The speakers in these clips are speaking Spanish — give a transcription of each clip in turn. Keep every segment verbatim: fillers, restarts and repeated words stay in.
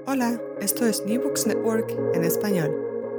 Hola, esto es New Books Network en español.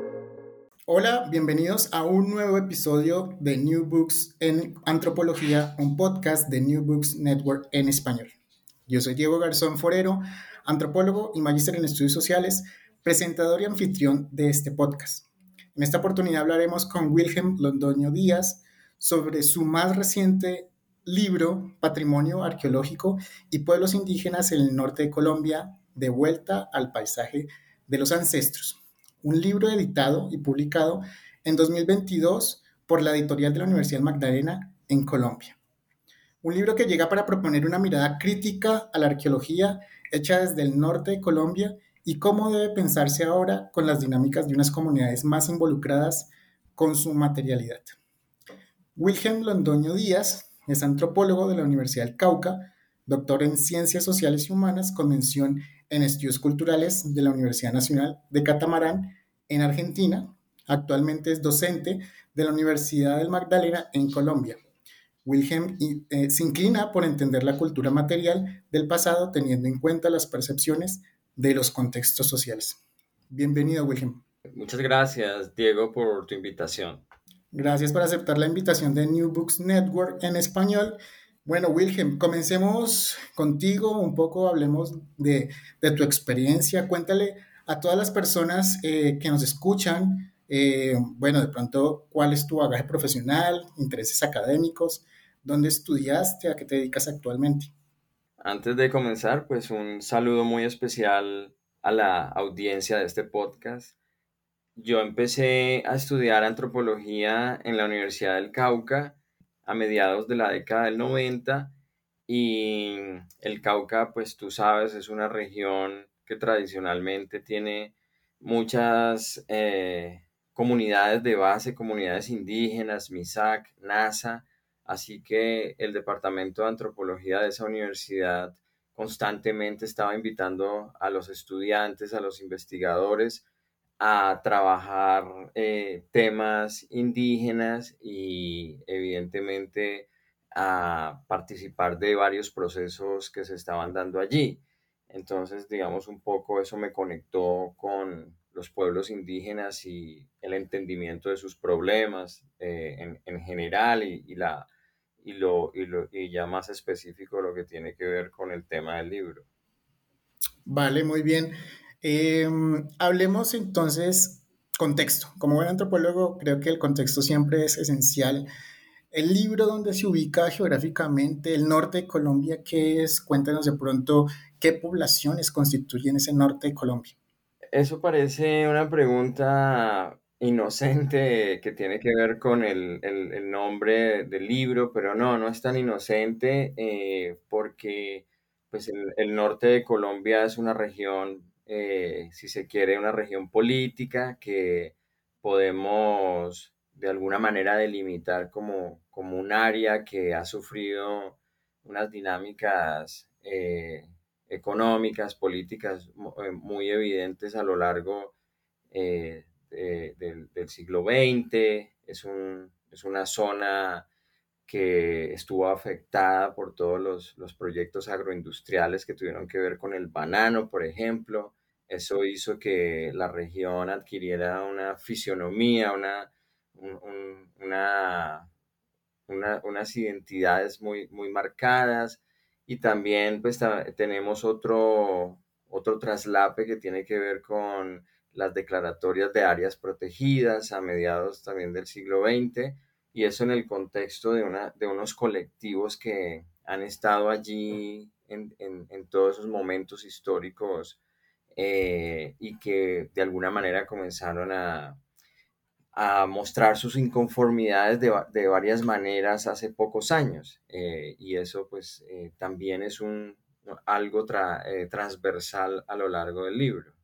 Hola, bienvenidos a un nuevo episodio de New Books en Antropología, un podcast de New Books Network en español. Yo soy Diego Garzón Forero, antropólogo y magíster en estudios sociales, presentador y anfitrión de este podcast. En esta oportunidad hablaremos con Wilhelm Londoño Díaz sobre su más reciente libro, Patrimonio Arqueológico y Pueblos Indígenas en el Norte de Colombia, de vuelta al paisaje de los ancestros. Un libro editado y publicado en dos mil veintidós por la editorial de la Universidad Magdalena en Colombia. Un libro que llega para proponer una mirada crítica a la arqueología hecha desde el norte de Colombia y cómo debe pensarse ahora con las dinámicas de unas comunidades más involucradas con su materialidad. Wilhelm Londoño Díaz es antropólogo de la Universidad del Cauca, doctor en Ciencias Sociales y Humanas con mención en Estudios Culturales de la Universidad Nacional de Catamarán en Argentina. Actualmente es docente de la Universidad del Magdalena en Colombia. Wilhelm eh, se inclina por entender la cultura material del pasado teniendo en cuenta las percepciones de los contextos sociales. Bienvenido, Wilhelm. Muchas gracias, Diego, por tu invitación. Gracias por aceptar la invitación de New Books Network en español. Bueno, Wilhelm, comencemos contigo un poco, hablemos de, de tu experiencia. Cuéntale a todas las personas eh, que nos escuchan, eh, bueno, de pronto, cuál es tu bagaje profesional, intereses académicos, dónde estudiaste, a qué te dedicas actualmente. Antes de comenzar, pues un saludo muy especial a la audiencia de este podcast. Yo empecé a estudiar antropología en la Universidad del Cauca a mediados de la década del noventa y el Cauca, pues tú sabes, es una región que tradicionalmente tiene muchas eh, comunidades de base, comunidades indígenas, MISAC, NASA, así que el Departamento de Antropología de esa universidad constantemente estaba invitando a los estudiantes, a los investigadores, a trabajar eh, temas indígenas y evidentemente a participar de varios procesos que se estaban dando allí. Entonces, digamos, un poco eso me conectó con los pueblos indígenas y el entendimiento de sus problemas eh, en, en, general y, y, la, y, lo, y, lo, y ya más específico lo que tiene que ver con el tema del libro. Vale, muy bien. Eh, hablemos entonces contexto. Como buen antropólogo, creo que el contexto siempre es esencial. El libro donde se ubica geográficamente el norte de Colombia, ¿qué es? Cuéntanos de pronto qué poblaciones constituyen ese norte de Colombia. Eso parece una pregunta inocente que tiene que ver con el, el- el nombre del libro, pero no, no es tan inocente eh, porque pues el, el norte de Colombia es una región, eh, si se quiere, una región política que podemos de alguna manera delimitar como, como un área que ha sufrido unas dinámicas eh, económicas, políticas mu- eh, muy evidentes a lo largo eh, de- del, del siglo veinte. Es un, es una zona que estuvo afectada por todos los, los proyectos agroindustriales que tuvieron que ver con el banano, por ejemplo. Eso hizo que la región adquiriera una fisionomía, una, un- un- una una- unas identidades muy, muy marcadas y también pues ta- tenemos otro, otro traslape que tiene que ver con las declaratorias de áreas protegidas a mediados también del siglo veinte y eso en el contexto de, una, de unos colectivos que han estado allí en, en- en todos esos momentos históricos eh, y que de alguna manera comenzaron a a mostrar sus inconformidades de, de varias maneras hace pocos años. Eh, y eso pues eh, también es un, algo tra, eh, transversal a lo largo del libro.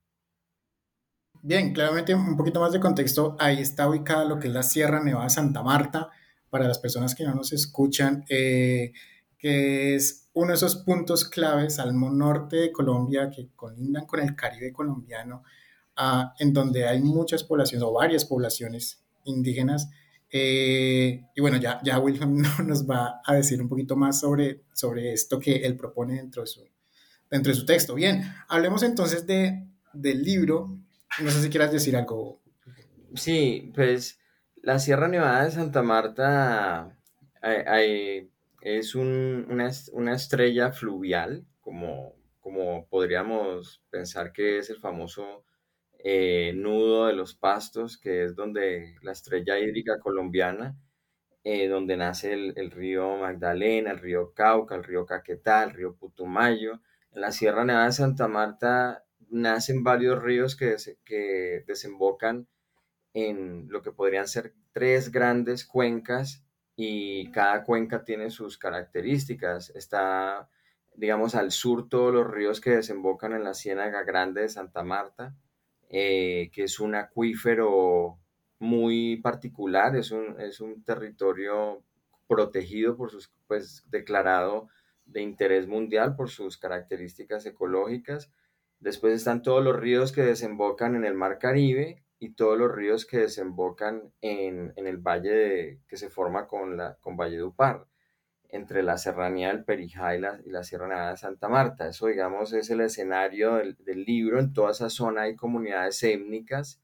Bien, claramente un poquito más de contexto. Ahí está ubicada lo que es la Sierra Nevada de Santa Marta, para las personas que no nos escuchan, eh, que es uno de esos puntos claves al norte de Colombia que colindan con el Caribe colombiano, ah, en donde hay muchas poblaciones o varias poblaciones indígenas. Eh, y bueno, ya, ya Wilhelm nos va a decir un poquito más sobre, sobre esto que él propone dentro de su, dentro de su texto. Bien, hablemos entonces de del libro. No sé si quieras decir algo. Sí, pues la Sierra Nevada de Santa Marta eh, eh, es un- una, es- una estrella fluvial, como, como podríamos pensar que es el famoso eh, nudo de los Pastos, que es donde la estrella hídrica colombiana, eh, donde nace el, el río Magdalena, el río Cauca, el río Caquetá, el río Putumayo. En la Sierra Nevada de Santa Marta nacen varios ríos que, des- que desembocan en lo que podrían ser tres grandes cuencas y cada cuenca tiene sus características. Está, digamos, al sur todos los ríos que desembocan en la Ciénaga Grande de Santa Marta, eh, que es un acuífero muy particular, es un, es un territorio protegido por sus, pues, declarado de interés mundial por sus características ecológicas. Después están todos los ríos que desembocan en el Mar Caribe y todos los ríos que desembocan en, en el valle de- que se forma con, la, con Valledupar, entre la serranía del Perijá y la, y la Sierra Nevada de Santa Marta. Eso, digamos, es el escenario del, del libro. En toda esa zona hay comunidades étnicas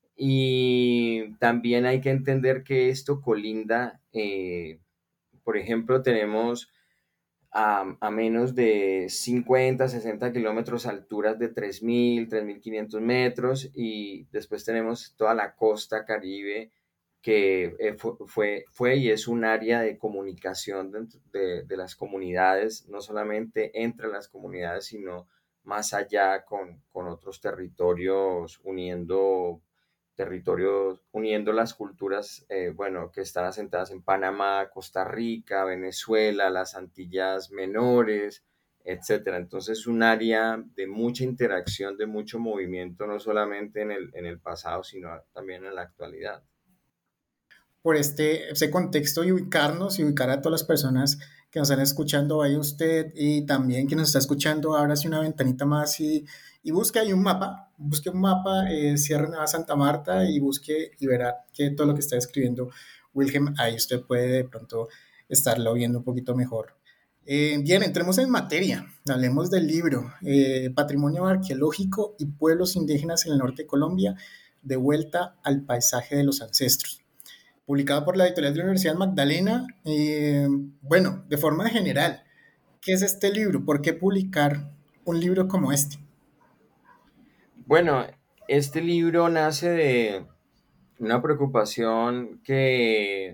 y también hay que entender que esto colinda, eh, por ejemplo, tenemos a, a menos de cincuenta, sesenta kilómetros, alturas de tres mil, tres mil quinientos metros, y después tenemos toda la costa Caribe que eh, fue, fue, fue, y es un área de comunicación de, de, de, las comunidades, no solamente entre las comunidades, sino más allá con, con otros territorios, uniendo territorios, uniendo las culturas, eh, bueno, que están asentadas en Panamá, Costa Rica, Venezuela, las Antillas Menores, etcétera. Entonces, es un área de mucha interacción, de mucho movimiento, no solamente en el, en el pasado, sino también en la actualidad. Por este, ese contexto y ubicarnos y ubicar a todas las personas que nos están escuchando, vaya usted y también quien nos está escuchando, ábrase una ventanita más y, y busque ahí un mapa, busque un mapa, eh, Sierra Nevada Santa Marta y busque y verá que todo lo que está escribiendo Wilhelm, ahí usted puede de pronto estarlo viendo un poquito mejor. Eh, bien, entremos en materia, hablemos del libro, eh, Patrimonio Arqueológico y Pueblos Indígenas en el Norte de Colombia, de vuelta al paisaje de los ancestros, publicado por la editorial de la Universidad Magdalena. Eh, bueno, de forma general, ¿qué es este libro? ¿Por qué publicar un libro como este? Bueno, este libro nace de una preocupación que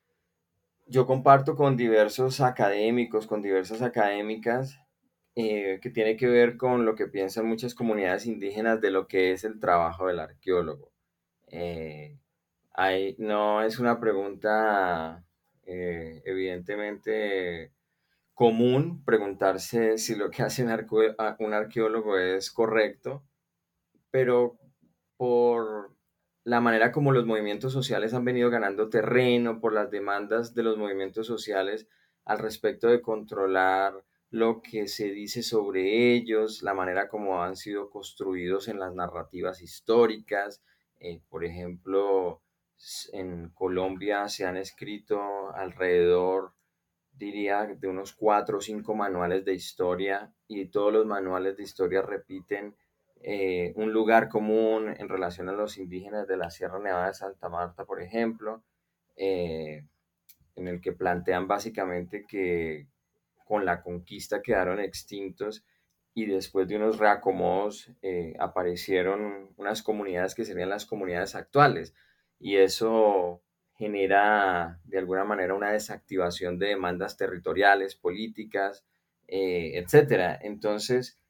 yo comparto con diversos académicos, con diversas académicas, eh, que tiene que ver con lo que piensan muchas comunidades indígenas de lo que es el trabajo del arqueólogo. Eh, hay- no es una pregunta, eh, evidentemente, común preguntarse si lo que hace un, arqueo- a- un arqueólogo es correcto, pero por la manera como los movimientos sociales han venido ganando terreno, por las demandas de los movimientos sociales al respecto de controlar lo que se dice sobre ellos, la manera como han sido construidos en las narrativas históricas. Eh, por ejemplo, s- en Colombia se han escrito alrededor, diría, de unos cuatro o cinco manuales de historia, y todos los manuales de historia repiten eh, un lugar común en relación a los indígenas de la Sierra Nevada de Santa Marta, por ejemplo, eh, en el que plantean básicamente que con la conquista quedaron extintos y después de unos reacomodos eh, aparecieron unas comunidades que serían las comunidades actuales, y eso genera de alguna manera una desactivación de demandas territoriales, políticas, eh, etcétera. Entonces,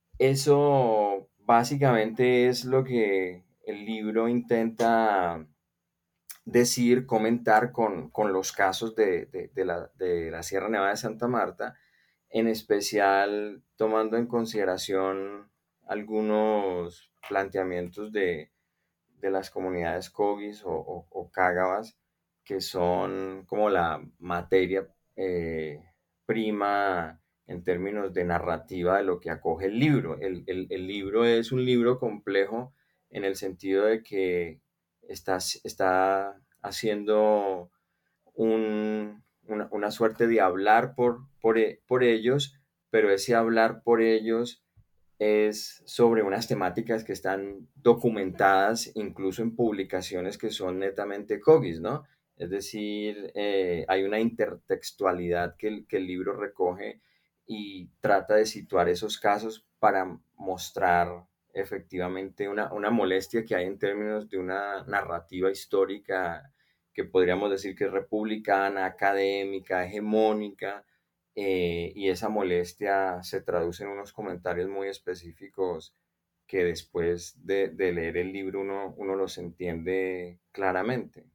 eso básicamente es lo que el libro intenta decir, comentar con, con los casos de, de, de, la, de la Sierra Nevada de Santa Marta, en especial tomando en consideración algunos planteamientos de, de las comunidades Cogis o, o, o Cágavas, que son como la materia eh, prima en términos de narrativa de lo que acoge el libro. El, el, el libro es un libro complejo en el sentido de que está, está haciendo un, una, una, suerte de hablar por, por, por ellos, pero ese hablar por ellos es sobre unas temáticas que están documentadas incluso en publicaciones que son netamente cogis, ¿no? Es decir, eh, hay una intertextualidad que el, que el libro recoge y trata de situar esos casos para mostrar efectivamente una, una molestia que hay en términos de una narrativa histórica que podríamos decir que es republicana, académica, hegemónica, eh, y esa molestia se traduce en unos comentarios muy específicos que después de, de leer el libro uno, uno los entiende claramente.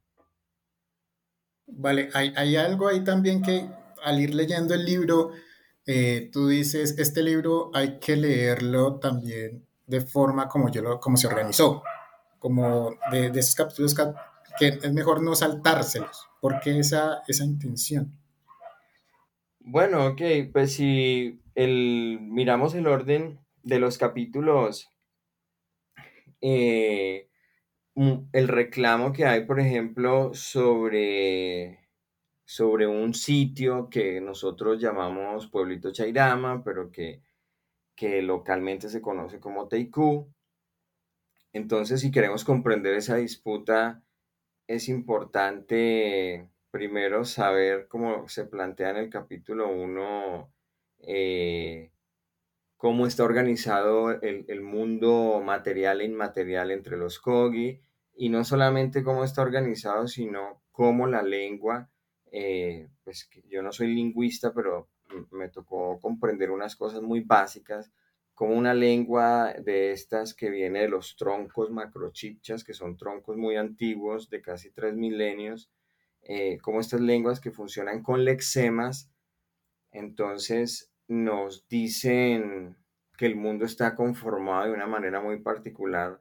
Vale, hay, hay algo ahí también que al ir leyendo el libro, eh, tú dices, este libro hay que leerlo también de forma como yo lo, como se organizó, como de, de esos capítulos cap- que es mejor no saltárselos. ¿Por qué esa, esa intención? Bueno, ok, pues si el, miramos el orden de los capítulos, eh, mm, el reclamo que hay, por ejemplo, sobre, sobre un sitio que nosotros llamamos Pueblito Chairama, pero que, que localmente se conoce como Teicú. Entonces, si queremos comprender esa disputa, es importante primero saber cómo se plantea en el capítulo uno, eh, cómo está organizado el, el mundo material e inmaterial entre los Kogi, y no solamente cómo está organizado, sino cómo la lengua, eh, pues que yo no soy lingüista, pero me tocó comprender unas cosas muy básicas, como una lengua de estas que viene de los troncos macrochipchas, que son troncos muy antiguos, de casi tres milenios, eh, como estas lenguas que funcionan con lexemas, entonces nos dicen que el mundo está conformado de una manera muy particular,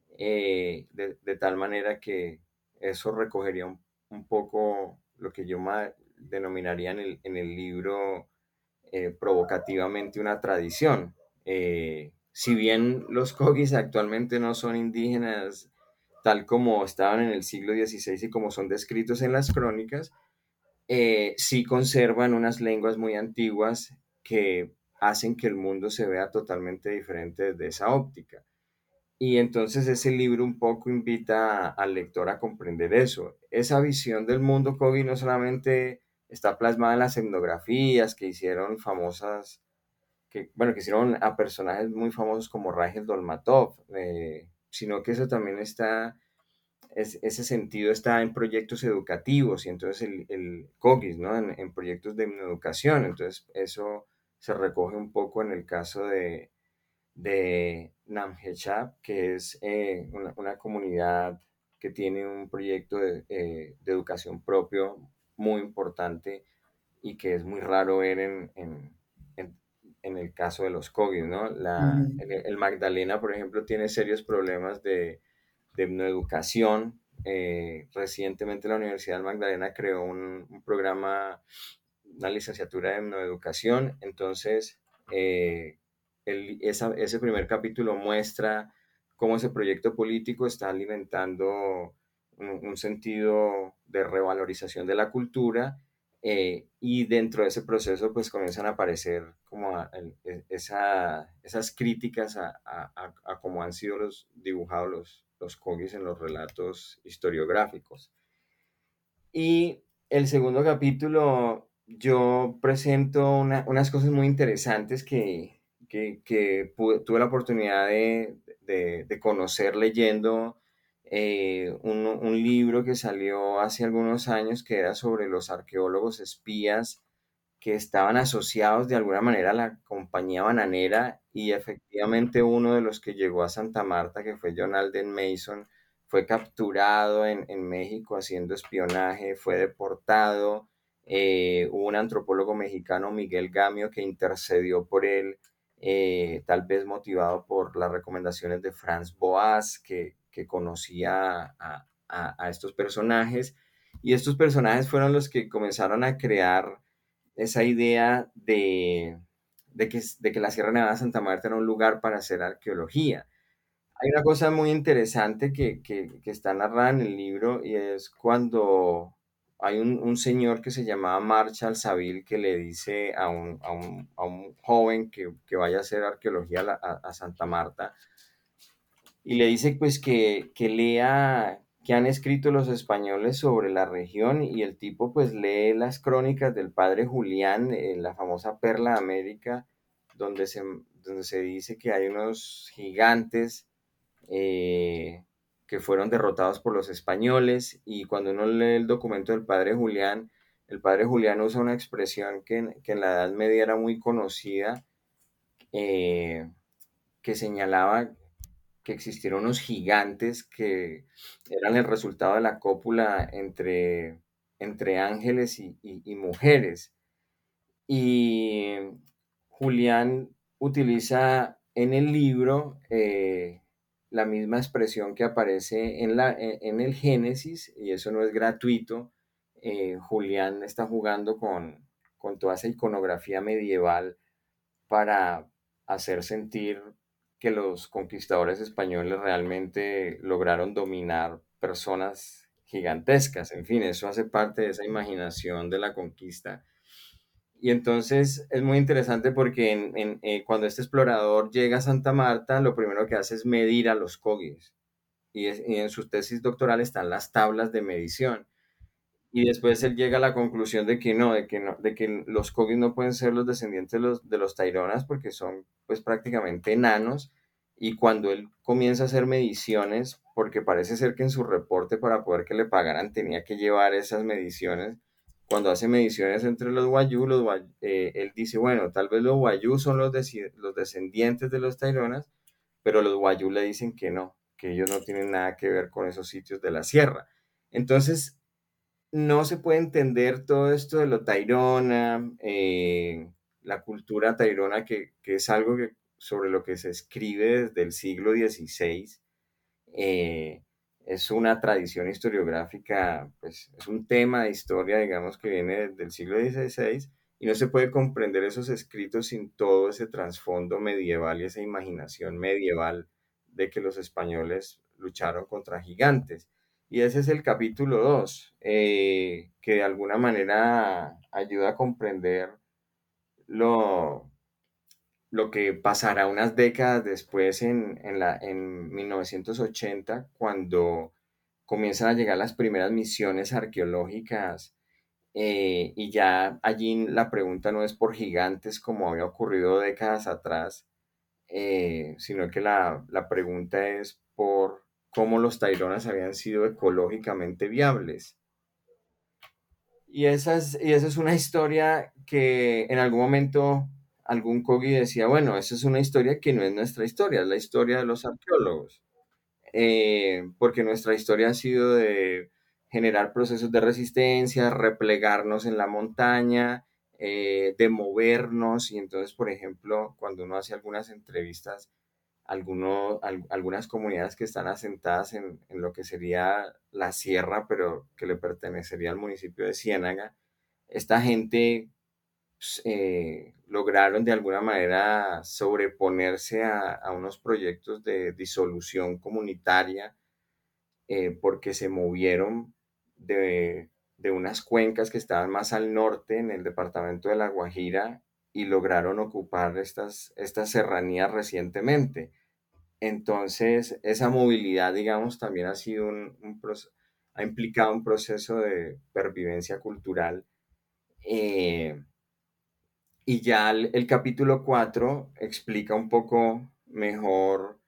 eh, de, de tal manera que eso recogería un, un poco lo que yo ma- denominaría en el, en el libro, eh, provocativamente una tradición. Eh, si bien los Kogis actualmente no son indígenas tal como estaban en el siglo dieciséis y como son descritos en las crónicas, eh, sí conservan unas lenguas muy antiguas que hacen que el mundo se vea totalmente diferente desde esa óptica. Y entonces ese libro un poco invita al lector a comprender eso. Esa visión del mundo Kogi no solamente está plasmada en las etnografías que hicieron famosas, que, bueno, que hicieron a personajes muy famosos como Rangel Dolmatov, eh, sino que eso también está, es, ese sentido está en proyectos educativos y entonces el, el COGIS, ¿no? En, en proyectos de educación. Entonces eso se recoge un poco en el caso de, de Namhechap, que es eh, una, una, comunidad que tiene un proyecto de, eh, de, educación propio muy importante y que es muy raro ver en, en, en, en el caso de los COGIS, ¿no? La, Ujú. el, el Magdalena, por ejemplo, tiene serios problemas de de etnoeducación. Eh, recientemente la Universidad del Magdalena creó un, un programa, una licenciatura de etnoeducación. Entonces, eh, el, esa, ese primer capítulo muestra cómo ese proyecto político está alimentando un, un sentido de revalorización de la cultura, eh, y dentro de ese proceso pues comienzan a aparecer como a, el, esa, esas críticas a, a, a, a cómo han sido los, dibujados los, los Kogis en los relatos historiográficos. Y el segundo capítulo yo presento una, unas cosas muy interesantes que, que, que pude, tuve la oportunidad de, de, de conocer leyendo, eh, un, un, libro que salió hace algunos años que era sobre los arqueólogos espías que estaban asociados de alguna manera a la compañía bananera, y efectivamente uno de los que llegó a Santa Marta, que fue John Alden Mason, fue capturado en, en México haciendo espionaje, fue deportado. Eh, hubo un antropólogo mexicano, Miguel Gamio, que intercedió por él, eh, tal vez motivado por las recomendaciones de Franz Boas, que, que conocía a, a, a estos personajes. Y estos personajes fueron los que comenzaron a crear esa idea de, de, que, de que la Sierra Nevada de Santa Marta era un lugar para hacer arqueología. Hay una cosa muy interesante que, que, que está narrada en el libro, y es cuando hay un, un señor que se llamaba Marshall Saville que le dice a un, a un, a un joven que, que vaya a hacer arqueología a, la- a- a Santa Marta y le dice pues que, que lea qué han escrito los españoles sobre la región y el tipo pues lee las crónicas del padre Julián, eh, la famosa Perla de América, donde se, donde se dice que hay unos gigantes eh, que fueron derrotados por los españoles y cuando uno lee el documento del padre Julián, el padre Julián usa una expresión que, en- que en la Edad Media era muy conocida, eh, que señalaba que existieron unos gigantes que eran el resultado de la cópula entre, entre ángeles y, y- y mujeres. Y Julián utiliza en el libro eh, la misma expresión que aparece en, la, en, en el Génesis, y eso no es gratuito. Eh, Julián está jugando con, con toda esa iconografía medieval para hacer sentir que los conquistadores españoles realmente lograron dominar personas gigantescas. En fin, eso hace parte de esa imaginación de la conquista. Y entonces es muy interesante porque en- en, eh, cuando este explorador llega a Santa Marta, lo primero que hace es medir a los cogis. Y, es- y en su tesis doctoral están las tablas de medición. Y después él llega a la conclusión de que no, de que no, de que los Kogis no pueden ser los descendientes de los, de los Taironas porque son pues prácticamente enanos. Y cuando él comienza a hacer mediciones, porque parece ser que en su reporte para poder que le pagaran tenía que llevar esas mediciones, cuando hace mediciones entre los Wayuu, los Wa- eh, él dice, bueno, tal vez los Wayuu son los, desi- los descendientes de los Taironas, pero los Wayuu le dicen que no, que ellos no tienen nada que ver con esos sitios de la sierra. Entonces, no se puede entender todo esto de lo tairona, eh, la cultura tairona, que, que es algo que, sobre lo que se escribe desde el siglo dieciséis. eh, es una tradición historiográfica, pues es un tema de historia, digamos, que viene del siglo dieciséis y no se puede comprender esos escritos sin todo ese trasfondo medieval y esa imaginación medieval de que los españoles lucharon contra gigantes. Y ese es el capítulo dos, que de alguna manera ayuda a comprender lo, lo que pasará unas décadas después en, en, la, en mil novecientos ochenta, cuando comienzan a llegar las primeras misiones arqueológicas eh, y ya allí la pregunta no es por gigantes como había ocurrido décadas atrás, eh, sino que la, la pregunta es por cómo los taironas habían sido ecológicamente viables. Y esa es, y esa es una historia que en algún momento algún Kogi decía, bueno, esa es una historia que no es nuestra historia, es la historia de los arqueólogos. Eh, porque nuestra historia ha sido de generar procesos de resistencia, replegarnos en la montaña, eh, de movernos. Y entonces, por ejemplo, cuando uno hace algunas entrevistas, alguno, al- algunas comunidades que están asentadas en, en lo que sería la sierra, pero que le pertenecería al municipio de Ciénaga, esta gente pues, eh, lograron de alguna manera sobreponerse a, a unos proyectos de disolución comunitaria, eh, porque se movieron de, de unas cuencas que estaban más al norte en el departamento de La Guajira y lograron ocupar estas, estas serranías recientemente. Entonces, esa movilidad, digamos, también ha sido un, un proce- ha implicado un proceso de pervivencia cultural. eh, y ya el, el capítulo cuatro explica un poco mejor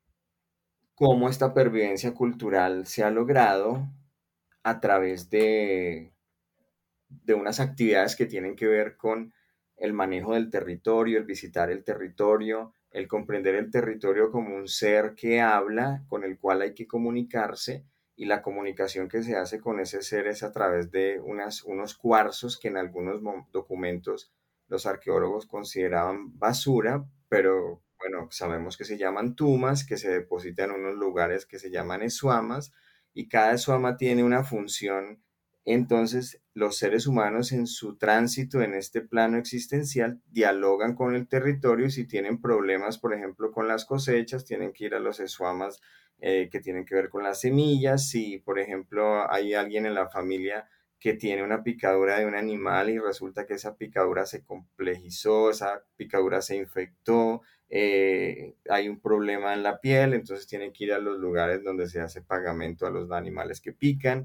cómo esta pervivencia cultural se ha logrado a través de de unas actividades que tienen que ver con el manejo del territorio, el visitar el territorio, el comprender el territorio como un ser que habla, con el cual hay que comunicarse, y la comunicación que se hace con ese ser es a través de unas, unos cuarzos que en algunos documentos los arqueólogos consideraban basura, pero bueno, sabemos que se llaman tumas, que se depositan en unos lugares que se llaman esuamas, y cada esuama tiene una función. Entonces, los seres humanos en su tránsito en este plano existencial dialogan con el territorio y si tienen problemas, por ejemplo, con las cosechas, tienen que ir a los eshuamas eh, que tienen que ver con las semillas. Si, por ejemplo, hay alguien en la familia que tiene una picadura de un animal y resulta que esa picadura se complejizó, esa picadura se infectó, eh, hay un problema en la piel, entonces tiene que ir a los lugares donde se hace pagamento a los animales que pican.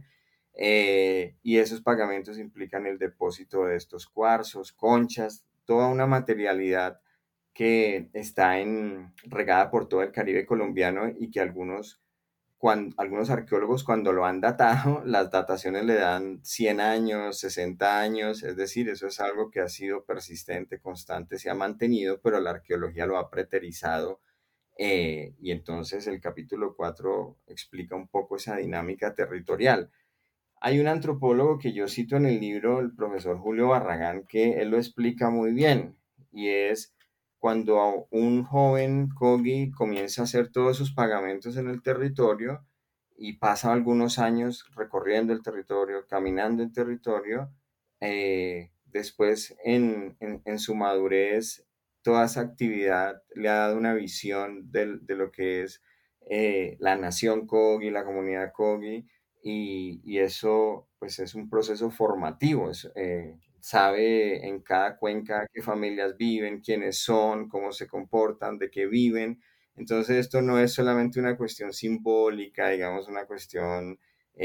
Eh, y esos pagamentos implican el depósito de estos cuarzos, conchas, toda una materialidad que está en, regada por todo el Caribe colombiano y que algunos, cuando, algunos arqueólogos cuando lo han datado, las dataciones le dan cien años, sesenta años, es decir, eso es algo que ha sido persistente, constante, se ha mantenido, pero la arqueología lo ha preterizado. Eh, y entonces el capítulo cuatro explica un poco esa dinámica territorial. Hay un antropólogo que yo cito en el libro, el profesor Julio Barragán, que él lo explica muy bien, y es cuando un joven Kogi comienza a hacer todos sus pagamentos en el territorio y pasa algunos años recorriendo el territorio, caminando el territorio, eh, después en, en, en, su madurez toda esa actividad le ha dado una visión de, de lo que es eh, la nación Kogi, la comunidad Kogi, y, y eso pues es un proceso formativo, es, eh, sabe en cada cuenca qué familias viven, quiénes son, cómo se comportan, de qué viven. Entonces esto no es solamente una cuestión simbólica, digamos, una cuestión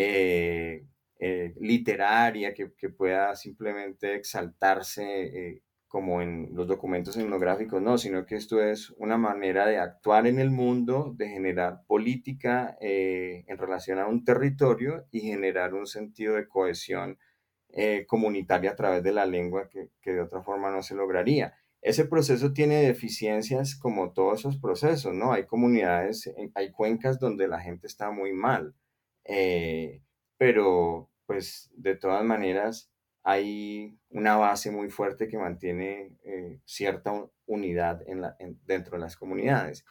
eh, eh, literaria que, que, pueda simplemente exaltarse eh, como en los documentos etnográficos, no, sino que esto es una manera de actuar en el mundo, de generar política eh, en relación a un territorio y generar un sentido de cohesión eh, comunitaria a través de la lengua que, que de otra forma no se lograría. Ese proceso tiene deficiencias como todos esos procesos, ¿no? Hay comunidades, hay cuencas donde la gente está muy mal, eh, pero pues de todas maneras hay una base muy fuerte que mantiene eh, cierta unidad en la, en, dentro de las comunidades.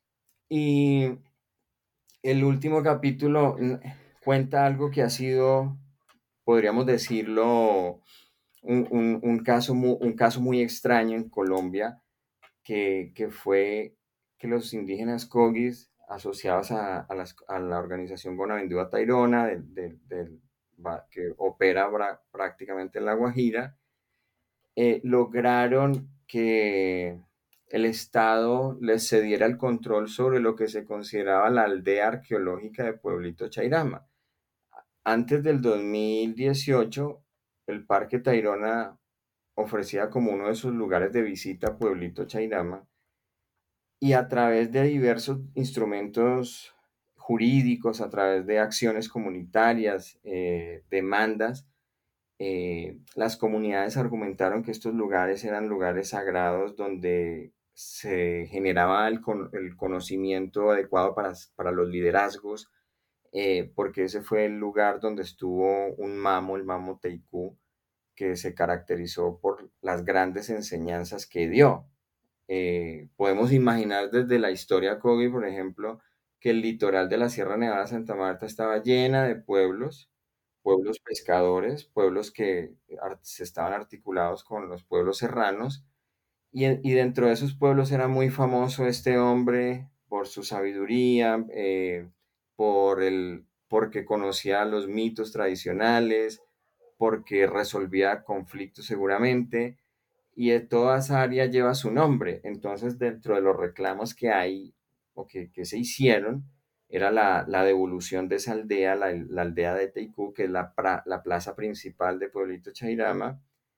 Y el último capítulo cuenta algo que ha sido, podríamos decirlo, un, un, un, caso, muy, un caso muy extraño en Colombia, que, que fue que los indígenas Kogis, asociados a, a, las, a la organización Gonavindúa Tairona, de, de, de, que opera bra, prácticamente en La Guajira, eh, lograron que el Estado les cediera el control sobre lo que se consideraba la aldea arqueológica de Pueblito Chairama. Antes del dos mil dieciocho, el Parque Tayrona ofrecía como uno de sus lugares de visita a Pueblito Chairama, y a través de diversos instrumentos jurídicos, a través de acciones comunitarias, eh, demandas, eh, las comunidades argumentaron que estos lugares eran lugares sagrados donde se generaba el, con, el conocimiento adecuado para, para los liderazgos, eh, porque ese fue el lugar donde estuvo un mamo, el mamo Teicú, que se caracterizó por las grandes enseñanzas que dio. Eh, podemos imaginar desde la historia Kogi, por ejemplo, que el litoral de la Sierra Nevada de Santa Marta estaba llena de pueblos, pueblos pescadores, pueblos que se estaban articulados con los pueblos serranos, y, y dentro de esos pueblos era muy famoso este hombre por su sabiduría, eh, por el, porque conocía los mitos tradicionales, porque resolvía conflictos seguramente, y de toda esa área lleva su nombre. Entonces, dentro de los reclamos que hay o que, que se hicieron, era la, la, devolución de esa aldea, la, la aldea de Teicú, que es la, pra, la plaza principal de Pueblito Chairama,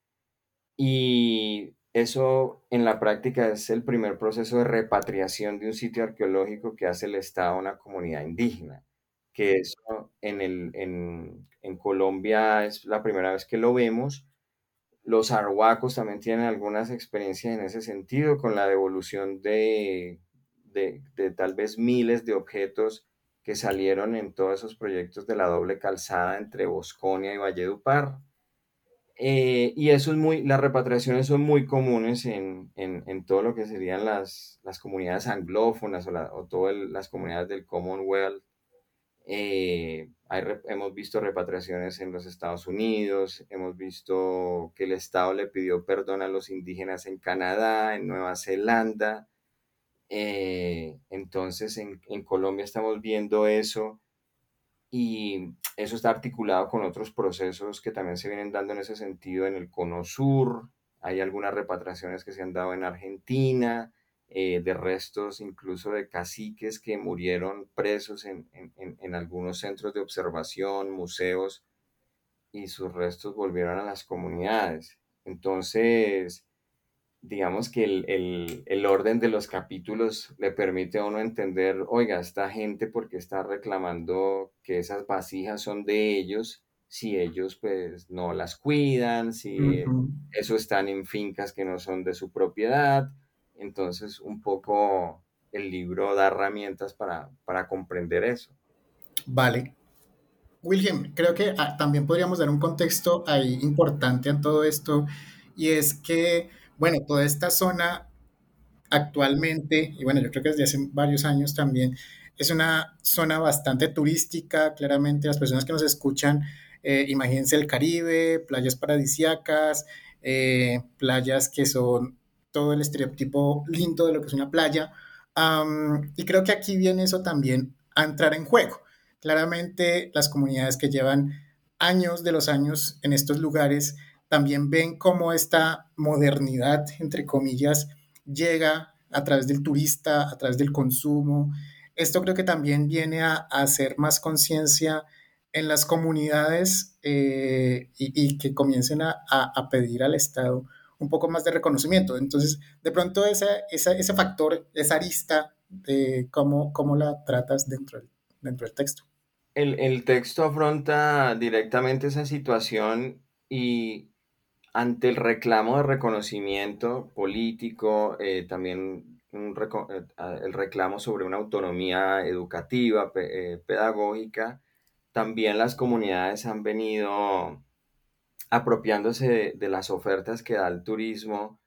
y eso en la práctica es el primer proceso de repatriación de un sitio arqueológico que hace el Estado a una comunidad indígena, que eso en, el, en, en Colombia es la primera vez que lo vemos. Los arhuacos también tienen algunas experiencias en ese sentido, con la devolución de, de, de tal vez miles de objetos que salieron en todos esos proyectos de la doble calzada entre Bosconia y Valledupar. Eh, y eso es muy, las repatriaciones son muy comunes en, en, en todo lo que serían las, las comunidades anglófonas o, la, o todas las comunidades del Commonwealth. Eh, hay, hemos visto repatriaciones en los Estados Unidos, hemos visto que el Estado le pidió perdón a los indígenas en Canadá, en Nueva Zelanda. Eh, entonces en, en Colombia estamos viendo eso. y eso está articulado con otros procesos que también se vienen dando en ese sentido en el Cono Sur. Hay algunas repatriaciones que se han dado en Argentina, eh, de restos incluso de caciques que murieron presos en, en, en, en algunos centros de observación, museos, y sus restos volvieron a las comunidades. Entonces, digamos que el, el, el orden de los capítulos le permite a uno entender, oiga, esta gente porque está reclamando que esas vasijas son de ellos, si ellos pues no las cuidan, si Ujú. eso están en fincas que no son de su propiedad. Entonces, un poco el libro da herramientas para, para comprender eso. Vale. William, creo que ah, también podríamos dar un contexto ahí importante a todo esto, y es que, bueno, toda esta zona actualmente, y bueno, yo creo que desde hace varios años también, es una zona bastante turística. Claramente las personas que nos escuchan, eh, imagínense el Caribe, playas paradisíacas, eh, playas que son todo el estereotipo lindo de lo que es una playa. Am, y creo que aquí viene eso también a entrar en juego. Claramente las comunidades que llevan años de los años en estos lugares también ven cómo esta modernidad, entre comillas, llega a través del turista, a través del consumo. Esto creo que también viene a, a hacer más conciencia en las comunidades, eh, y, y, que comiencen a, a, a, pedir al Estado un poco más de reconocimiento. Entonces, de pronto esa, esa, ese factor, esa arista de cómo, cómo la tratas dentro del, dentro del texto. El, el texto afronta directamente esa situación y ante el reclamo de reconocimiento político, eh, también un reco- eh, a- el reclamo sobre una autonomía educativa, pe- eh, pedagógica, también las comunidades han venido apropiándose de, de las ofertas que da el turismo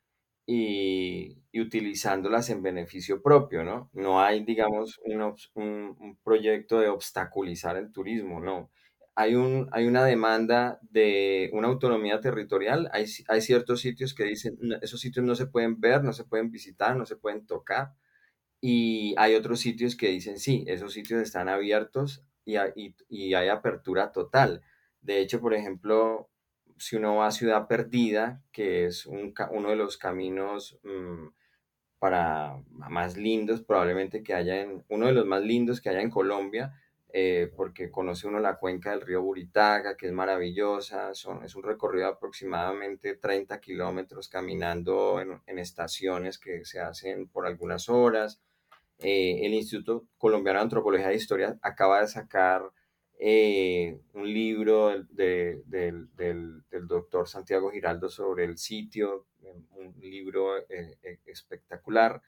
y, y utilizándolas en beneficio propio, ¿no? No hay, digamos, un, obs- un- un proyecto de obstaculizar el turismo, no. Hay un, hay una demanda de una autonomía territorial. Hay, ci- hay ciertos sitios que dicen, "No, esos sitios no se pueden ver, no se pueden visitar, no se pueden tocar". Y hay otros sitios que dicen, sí, esos sitios están abiertos y, hay- y- y hay apertura total. De hecho, por ejemplo, si uno va a Ciudad Perdida, que es un ca- uno de los caminos mm, para más lindos probablemente que haya en, uno de los más lindos que haya en Colombia, eh, porque conoce uno la cuenca del río Buritaga, que es maravillosa. Son, es un recorrido de aproximadamente treinta kilómetros caminando en, en estaciones que se hacen por algunas horas. Eh, el Instituto Colombiano de Antropología e Historia acaba de sacar eh, un libro de- del, del- del doctor Santiago Giraldo sobre el sitio, eh, un libro eh, eh, espectacular.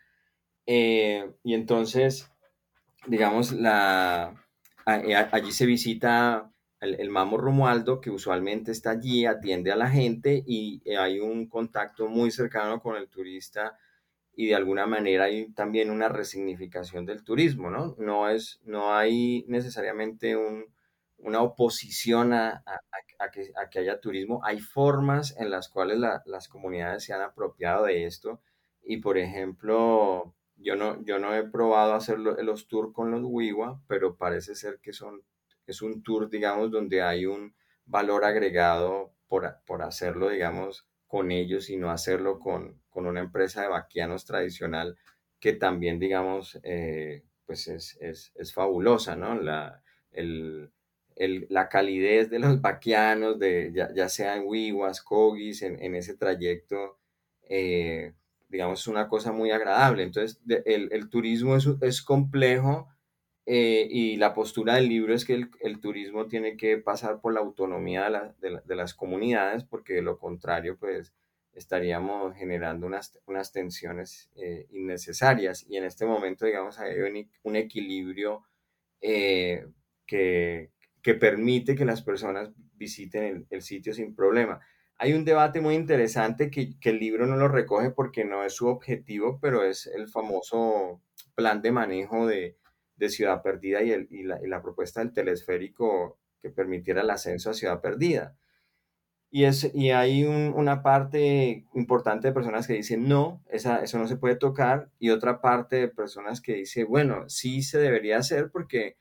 Eh, y entonces, digamos, la, a- eh, a- allí se visita el, el Mamo Romualdo, que usualmente está allí, atiende a la gente y eh, hay un contacto muy cercano con el turista y de alguna manera hay también una resignificación del turismo, ¿no? No es, no hay necesariamente un, una oposición a, a- a- a que, a que haya turismo. Hay formas en las cuales la- las comunidades se han apropiado de esto y, por ejemplo, yo no, yo no he probado hacer lo- los tours con los Wiwa, pero parece ser que son, es un tour, digamos, donde hay un valor agregado por, a- por hacerlo, digamos, con ellos y no hacerlo con, con una empresa de vaquianos tradicional que también, digamos, eh, pues es, es, es fabulosa, ¿no? La, el, el- la calidez de los vaquianos, de, ya, ya sean wiwas, kogis, en, en ese trayecto, eh, digamos, es una cosa muy agradable. Entonces, de- el, el turismo es, es complejo, eh, y la postura del libro es que el, el turismo tiene que pasar por la autonomía de, la- de la- de las comunidades, porque de lo contrario, pues estaríamos generando unas, unas tensiones eh, innecesarias. Y en este momento, digamos, hay un, e- un equilibrio eh, que, que permite que las personas visiten el, el sitio sin problema. Hay un debate muy interesante que, que el libro no lo recoge porque no es su objetivo, pero es el famoso plan de manejo de, de Ciudad Perdida y, el- y la, y la propuesta del telesférico que permitiera el ascenso a Ciudad Perdida. Y, es, y hay un- una parte importante de personas que dicen, no, esa, eso no se puede tocar, y otra parte de personas que dice, bueno, sí se debería hacer porque,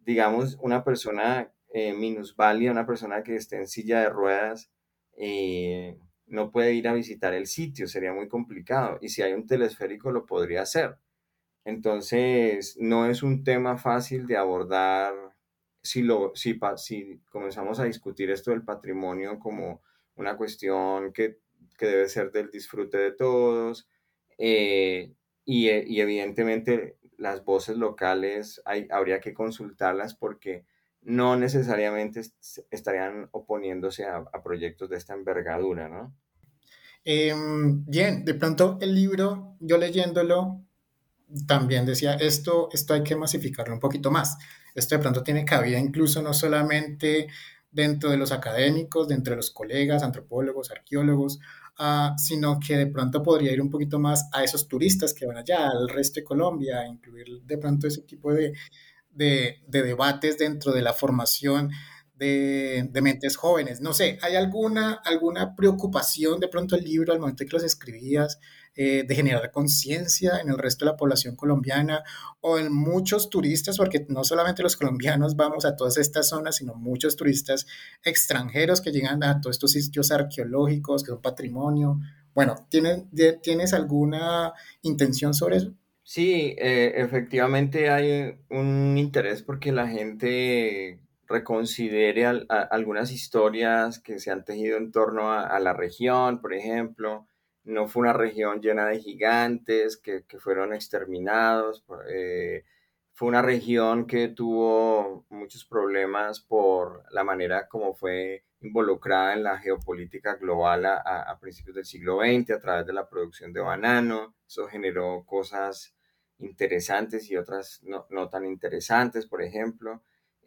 digamos, una persona eh, minusválida, una persona que esté en silla de ruedas, eh, no puede ir a visitar el sitio, sería muy complicado. Y si hay un telesférico, lo podría hacer. Entonces, no es un tema fácil de abordar si, lo, si, pa- si comenzamos a discutir esto del patrimonio como una cuestión que, que debe ser del disfrute de todos. eh, y, eh, y evidentemente las voces locales hay, habría que consultarlas porque no necesariamente est- estarían oponiéndose a, a proyectos de esta envergadura, ¿no? Em, bien, de pronto el libro, yo leyéndolo, también decía, esto, esto hay que masificarlo un poquito más. Esto de pronto tiene cabida incluso no solamente dentro de los académicos, dentro de los colegas, antropólogos, arqueólogos, ah, sino que de pronto podría ir un poquito más a esos turistas que van allá, al resto de Colombia, incluir de pronto ese tipo de, de, de debates dentro de la formación de, de, mentes jóvenes. No sé, ¿hay alguna, alguna preocupación de pronto el libro al momento que los escribías eh, de generar conciencia en el resto de la población colombiana o en muchos turistas? Porque no solamente los colombianos vamos a todas estas zonas, sino muchos turistas extranjeros que llegan a todos estos sitios arqueológicos que son patrimonio. Bueno, ¿tienes, ¿tienes alguna intención sobre eso? Sí, eh, efectivamente hay un interés porque la gente reconsidere al- a- algunas historias que se han tejido en torno a, a la región, por ejemplo. No fue una región llena de gigantes que, que fueron exterminados. por- eh, fue una región que tuvo muchos problemas por la manera como fue involucrada en la geopolítica global a, a- a principios del siglo veinte a través de la producción de banano. Eso generó cosas interesantes y otras no, no tan interesantes, por ejemplo.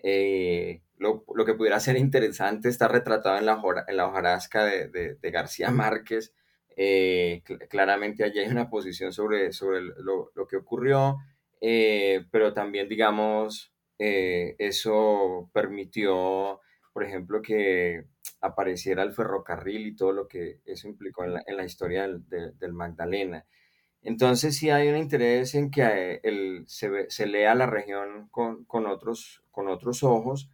Eh, lo, lo, que pudiera ser interesante está retratado en la, hora, en la hojarasca de, de, de García Márquez. Eh, cl claramente allí hay una posición sobre, sobre lo, lo que ocurrió, eh, pero también, digamos, eh, eso permitió, por ejemplo, que apareciera el ferrocarril y todo lo que eso implicó en la, en la historia del, de, del Magdalena. Entonces sí hay un interés en que eh, el- se, ve- se lea la región con, con otros, con otros ojos,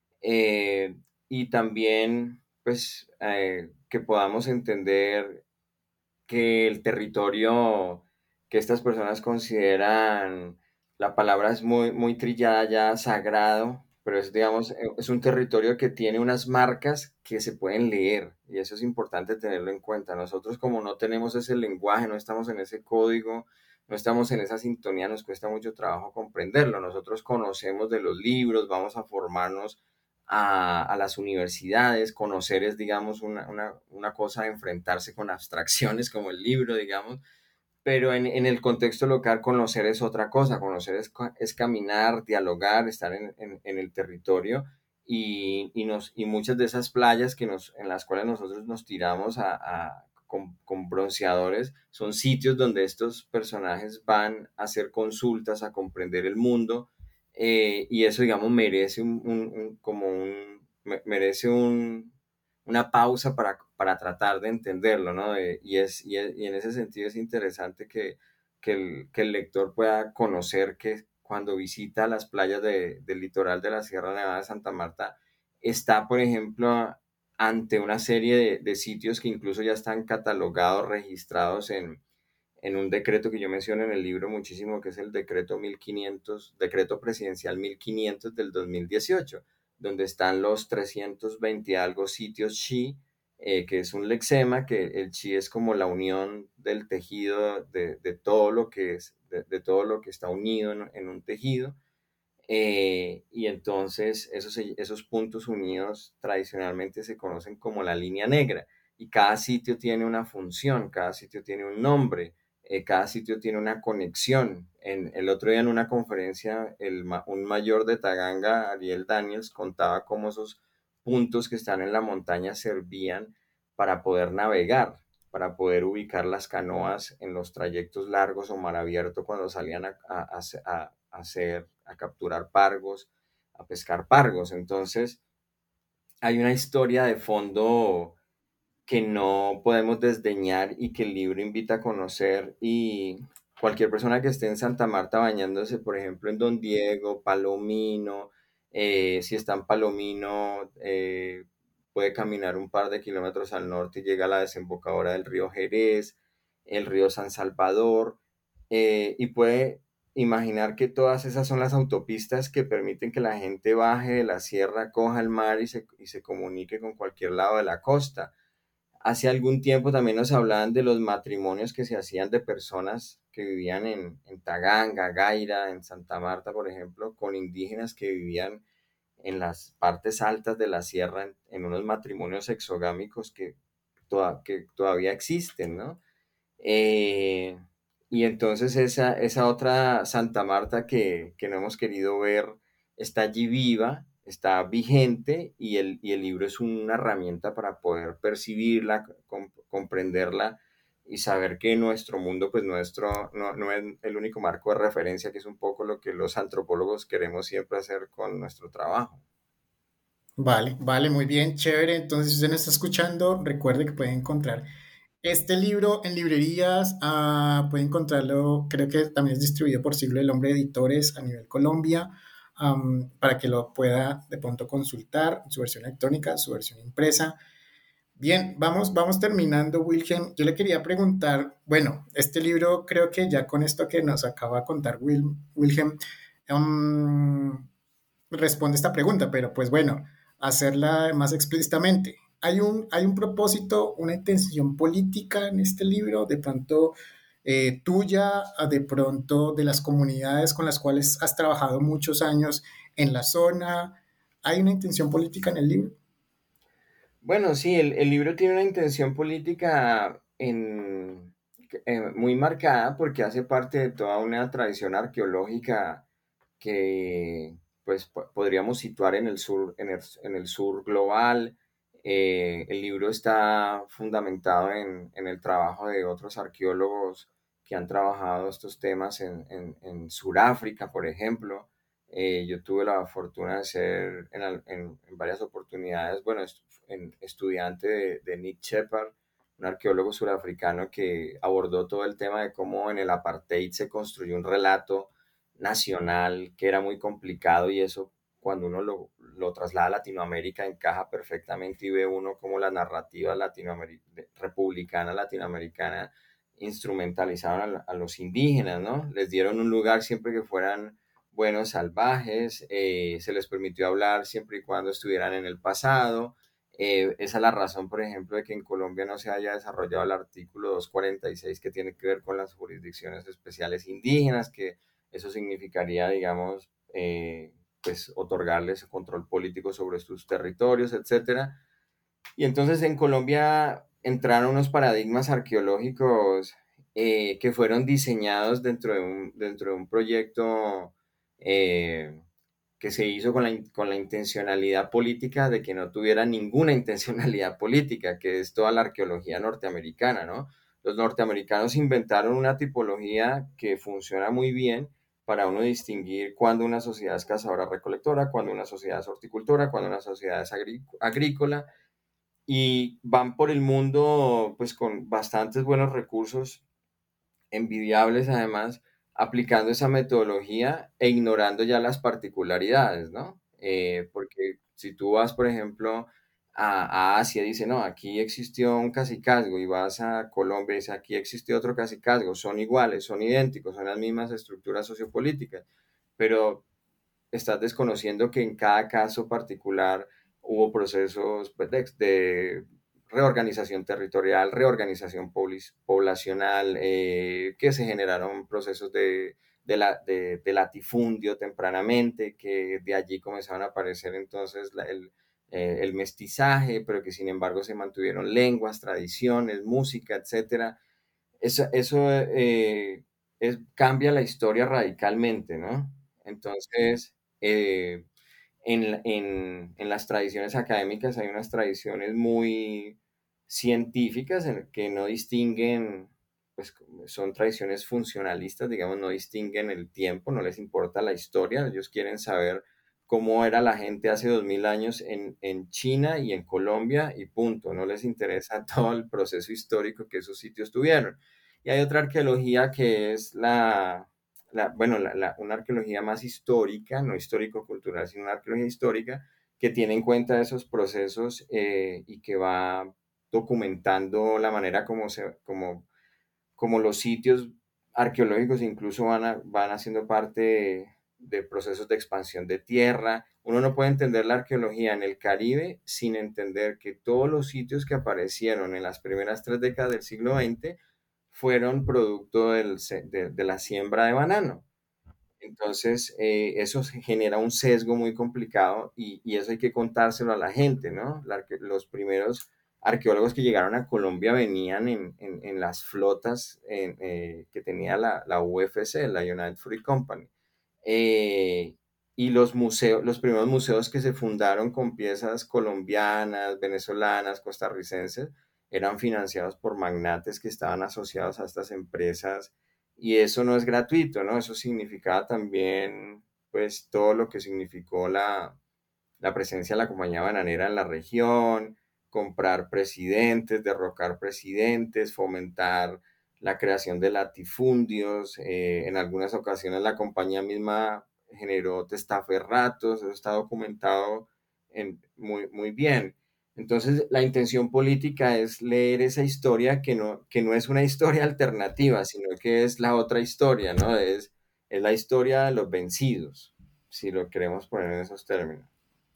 eh, y también pues eh, que podamos entender que el territorio que estas personas consideran, la palabra es muy, muy trillada ya, sagrado, pero es, digamos, eh, es un territorio que tiene unas marcas que se pueden leer y eso es importante tenerlo en cuenta. Nosotros como no tenemos ese lenguaje, no estamos en ese código, no estamos en esa sintonía, nos cuesta mucho trabajo comprenderlo. Nosotros conocemos de los libros, vamos a formarnos a, a las universidades, conocer es, digamos, una, una, una cosa de enfrentarse con abstracciones como el libro, digamos, pero en, en el contexto local conocer es otra cosa, conocer es, es caminar, dialogar, estar en, en, en el territorio y, y, nos, y muchas de esas playas que nos, en las cuales nosotros nos tiramos a, a, con, con bronceadores son sitios donde estos personajes van a hacer consultas, a comprender el mundo, eh, y eso, digamos, merece un, un, un como un, merece un, una pausa para, para tratar de entenderlo, ¿no? Eh, y, es, y, es, y, en ese sentido es interesante que, que, el, que el lector pueda conocer que cuando visita las playas de, del litoral de la Sierra Nevada de Santa Marta, está, por ejemplo, ante una serie de, de sitios que incluso ya están catalogados, registrados en, en un decreto que yo menciono en el libro muchísimo, que es el decreto mil quinientos, decreto presidencial mil quinientos del dos mil dieciocho, donde están los trescientos veinte algo sitios chi, eh, que es un lexema, que el chi es como la unión del tejido de, de todo lo que es, de, de, todo lo que está unido en, en un tejido. Eh, y entonces esos, esos puntos unidos tradicionalmente se conocen como la línea negra y cada sitio tiene una función, cada sitio tiene un nombre, eh, cada sitio tiene una conexión. En, el otro día en una conferencia el, un mayor de Taganga, Ariel Daniels, contaba cómo esos puntos que están en la montaña servían para poder navegar, para poder ubicar las canoas en los trayectos largos o mar abierto cuando salían a, a, a, a hacer, a capturar pargos, a pescar pargos. Entonces, hay una historia de fondo que no podemos desdeñar y que el libro invita a conocer, y cualquier persona que esté en Santa Marta bañándose, por ejemplo, en Don Diego, Palomino, Eh, si está en Palomino, eh, puede caminar un par de kilómetros al norte y llega a la desembocadura del río Jerez, el río San Salvador, eh, y puede imaginar que todas esas son las autopistas que permiten que la gente baje de la sierra, coja el mar y se, y se comunique con cualquier lado de la costa. Hace algún tiempo también nos hablaban de los matrimonios que se hacían de personas que vivían en, en Taganga, Gaira, en Santa Marta, por ejemplo, con indígenas que vivían en las partes altas de la sierra, en, en unos matrimonios exogámicos que, toda- que todavía existen, ¿no? Eh, y entonces esa, esa otra Santa Marta que, que no hemos querido ver está allí viva, está vigente y el, y el libro es una herramienta para poder percibirla, com- comprenderla y saber que nuestro mundo pues nuestro, no, no es el único marco de referencia, que es un poco lo que los antropólogos queremos siempre hacer con nuestro trabajo. Vale, vale, muy bien, chévere. Entonces, si usted no está escuchando, recuerde que puede encontrar este libro en librerías. Ah, puede encontrarlo, creo que también es distribuido por Siglo del Hombre Editores a nivel Colombia, am, para que lo pueda de pronto consultar, su versión electrónica, su versión impresa. Bien, vamos, vamos terminando, Wilhelm. Yo le quería preguntar, bueno, este libro creo que ya con esto que nos acaba de contar Wil- Wilhelm, am, responde esta pregunta, pero pues bueno, hacerla más explícitamente. ¿Hay un, hay un propósito, una intención política en este libro, de pronto eh, tuya, de pronto de las comunidades con las cuales has trabajado muchos años en la zona? ¿Hay una intención política en el libro? Bueno, sí, el, el libro tiene una intención política en, eh, muy marcada porque hace parte de toda una tradición arqueológica que pues po- podríamos situar en el sur, en el, en el sur global. Eh, el libro está fundamentado en, en el trabajo de otros arqueólogos que han trabajado estos temas en, en, en Sudáfrica, por ejemplo. Eh, yo tuve la fortuna de ser en, al- en- en varias oportunidades, bueno, est- en- estudiante de, de Nick Shepard, un arqueólogo surafricano que abordó todo el tema de cómo en el apartheid se construyó un relato nacional que era muy complicado, y eso cuando uno lo, lo traslada a Latinoamérica encaja perfectamente y ve uno como la narrativa latinoameri- republicana latinoamericana instrumentalizaron a, a los indígenas, ¿no? Les dieron un lugar siempre que fueran buenos salvajes, eh, se les permitió hablar siempre y cuando estuvieran en el pasado. Eh, esa es la razón, por ejemplo, de que en Colombia no se haya desarrollado el artículo doscientos cuarenta y seis que tiene que ver con las jurisdicciones especiales indígenas, que eso significaría, digamos, eh, pues otorgarles control político sobre sus territorios, etcétera. Y entonces en Colombia entraron unos paradigmas arqueológicos eh, que fueron diseñados dentro de un, dentro de un proyecto eh, que se hizo con la, in- con la intencionalidad política de que no tuviera ninguna intencionalidad política, que es toda la arqueología norteamericana, ¿no? Los norteamericanos inventaron una tipología que funciona muy bien para uno distinguir cuándo una sociedad es cazadora-recolectora, cuándo una sociedad es horticultora, cuándo una sociedad es agrí- agrícola, y van por el mundo pues con bastantes buenos recursos, envidiables además, aplicando esa metodología e ignorando ya las particularidades, ¿no? Eh, porque si tú vas, por ejemplo, a, a Asia, dice, no, aquí existió un cacicazgo, y vas a Colombia y dice, aquí existió otro cacicazgo, son iguales, son idénticos, son las mismas estructuras sociopolíticas, pero estás desconociendo que en cada caso particular hubo procesos pues, de, de reorganización territorial, reorganización poblacional, eh, que se generaron procesos de, de, la, de, de, latifundio tempranamente, que de allí comenzaron a aparecer entonces la, el, eh, el mestizaje, pero que sin embargo se mantuvieron lenguas, tradiciones, música, etcétera. Eso, eso eh, es, cambia la historia radicalmente, ¿no? Entonces, eh, en, en, en, las tradiciones académicas hay unas tradiciones muy científicas en que no distinguen, pues son tradiciones funcionalistas, digamos, no distinguen el tiempo, no les importa la historia, ellos quieren saber cómo era la gente hace dos mil años en, en China y en Colombia y punto, no les interesa todo el proceso histórico que esos sitios tuvieron. Y hay otra arqueología que es la, la, bueno, la, la, una arqueología más histórica, no histórico-cultural, sino una arqueología histórica que tiene en cuenta esos procesos eh, y que va documentando la manera como, se, como, como los sitios arqueológicos incluso van, a, van haciendo parte de, de procesos de expansión de tierra. Uno no puede entender la arqueología en el Caribe sin entender que todos los sitios que aparecieron en las primeras tres décadas del siglo veinte fueron producto del, de, de la siembra de banano. Entonces, eh, eso genera un sesgo muy complicado y, y, eso hay que contárselo a la gente, ¿no? La, los primeros arqueólogos que llegaron a Colombia venían en, en, en las flotas en, eh, que tenía la, la U F C, la United Fruit Company. Eh, y los museos, los primeros museos que se fundaron con piezas colombianas, venezolanas, costarricenses, eran financiados por magnates que estaban asociados a estas empresas y eso no es gratuito, ¿no? Eso significaba también, pues, todo lo que significó la, la presencia de la compañía bananera en la región, comprar presidentes, derrocar presidentes, fomentar la creación de latifundios. Eh, en algunas ocasiones la compañía misma generó testaferratos, eso está documentado en, muy, muy bien. Entonces, la intención política es leer esa historia que no, que no es una historia alternativa, sino que es la otra historia, ¿no? Es, es la historia de los vencidos, si lo queremos poner en esos términos.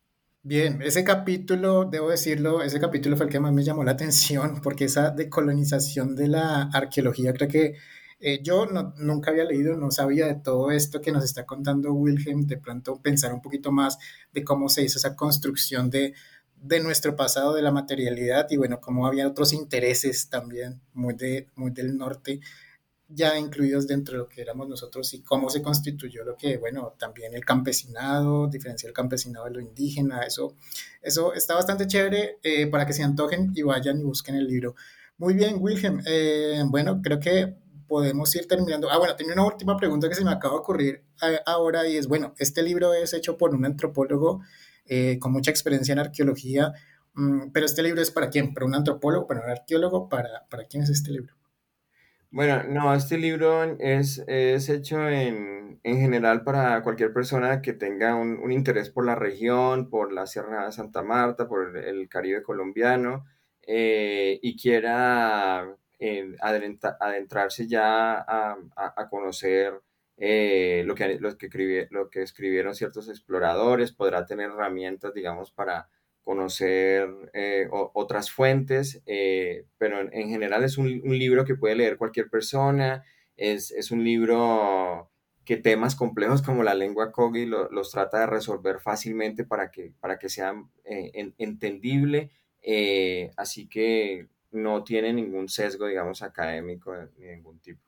Bien, ese capítulo, debo decirlo, ese capítulo fue el que más me llamó la atención, porque esa decolonización de la arqueología, creo que eh, yo no, nunca había leído, no sabía de todo esto que nos está contando Wilhelm, de pronto pensar un poquito más de cómo se hizo esa construcción de, de nuestro pasado, de la materialidad, y bueno, cómo había otros intereses también muy, de, muy del norte ya incluidos dentro de lo que éramos nosotros y cómo se constituyó lo que, bueno, también el campesinado, diferencia el campesinado de lo indígena, eso, eso está bastante chévere eh, para que se antojen y vayan y busquen el libro. Muy bien, Wilhelm. Eh, bueno, creo que podemos ir terminando. Ah, bueno, tenía una última pregunta que se me acaba de ocurrir eh, ahora y es, bueno, este libro es hecho por un antropólogo eh, con mucha experiencia en arqueología, mmm, pero este libro es para quién, para un antropólogo, para un arqueólogo, para, para quién es este libro. Bueno, no, este libro es, es hecho en, en general para cualquier persona que tenga un, un interés por la región, por la Sierra de Santa Marta, por el, el Caribe colombiano, eh, y quiera eh, adentra- adentrarse ya a, a- a conocer eh, lo que, lo que escribi- lo que escribieron ciertos exploradores, podrá tener herramientas, digamos, para conocer eh, o, otras fuentes, eh, pero en, en, general es un, un, libro que puede leer cualquier persona, es, es un libro que temas complejos como la lengua Kogi lo, los trata de resolver fácilmente para que, para que sean eh, en, entendible, eh, así que no tiene ningún sesgo, digamos, académico de, de ningún tipo.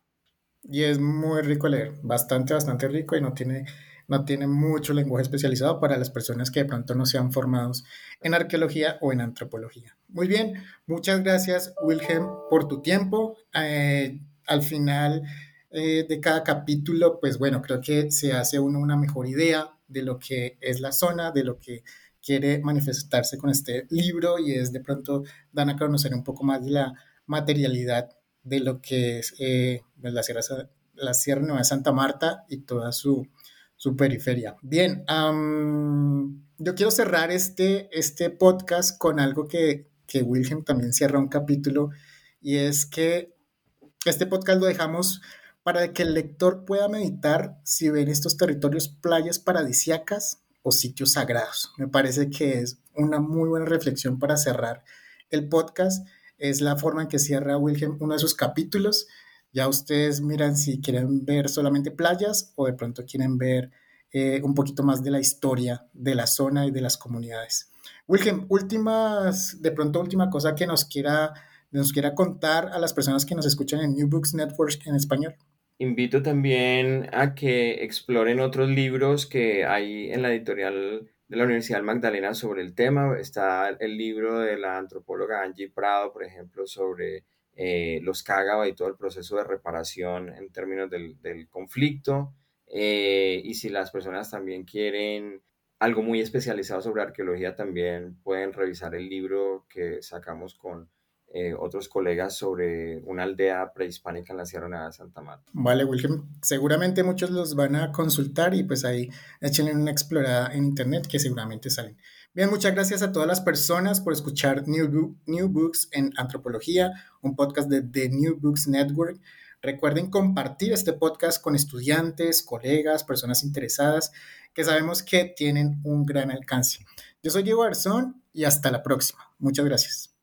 Y es muy rico leer, bastante, bastante rico y no tiene, no tiene mucho lenguaje especializado para las personas que de pronto no sean formados en arqueología o en antropología. Muy bien, muchas gracias Wilhelm por tu tiempo. Eh, al final eh, de cada capítulo, pues bueno, creo que se hace uno una mejor idea de lo que es la zona, de lo que quiere manifestarse con este libro y es de pronto dan a conocer un poco más de la materialidad de lo que es eh, pues, la, Sierra, la Sierra Nueva de Santa Marta y toda su, su periferia. Bien, um, yo quiero cerrar este, este podcast con algo que, que Wilhelm también cierra un capítulo y es que este podcast lo dejamos para que el lector pueda meditar si ven estos territorios playas paradisíacas o sitios sagrados. Me parece que es una muy buena reflexión para cerrar el podcast. Es la forma en que cierra Wilhelm uno de sus capítulos. Ya ustedes miran si quieren ver solamente playas o de pronto quieren ver eh, un poquito más de la historia de la zona y de las comunidades. Wilhelm, últimas, de pronto última cosa que nos quiera nos quiera contar a las personas que nos escuchan en New Books Network en español. Invito también a que exploren otros libros que hay en la editorial de la Universidad Magdalena sobre el tema. Está el libro de la antropóloga Angie Prado, por ejemplo, sobre eh, los Cágaba y todo el proceso de reparación en términos del, del conflicto. Eh, y si las personas también quieren algo muy especializado sobre arqueología, también pueden revisar el libro que sacamos con eh, otros colegas sobre una aldea prehispánica en la Sierra Nevada de Santa Marta. Vale, Wilhelm, seguramente muchos los van a consultar y pues ahí échenle una explorada en internet que seguramente salen. Bien, muchas gracias a todas las personas por escuchar New, Bo- New Books en Antropología, un podcast de The New Books Network. Recuerden compartir este podcast con estudiantes, colegas, personas interesadas que sabemos que tienen un gran alcance. Yo soy Diego Garzón y hasta la próxima. Muchas gracias.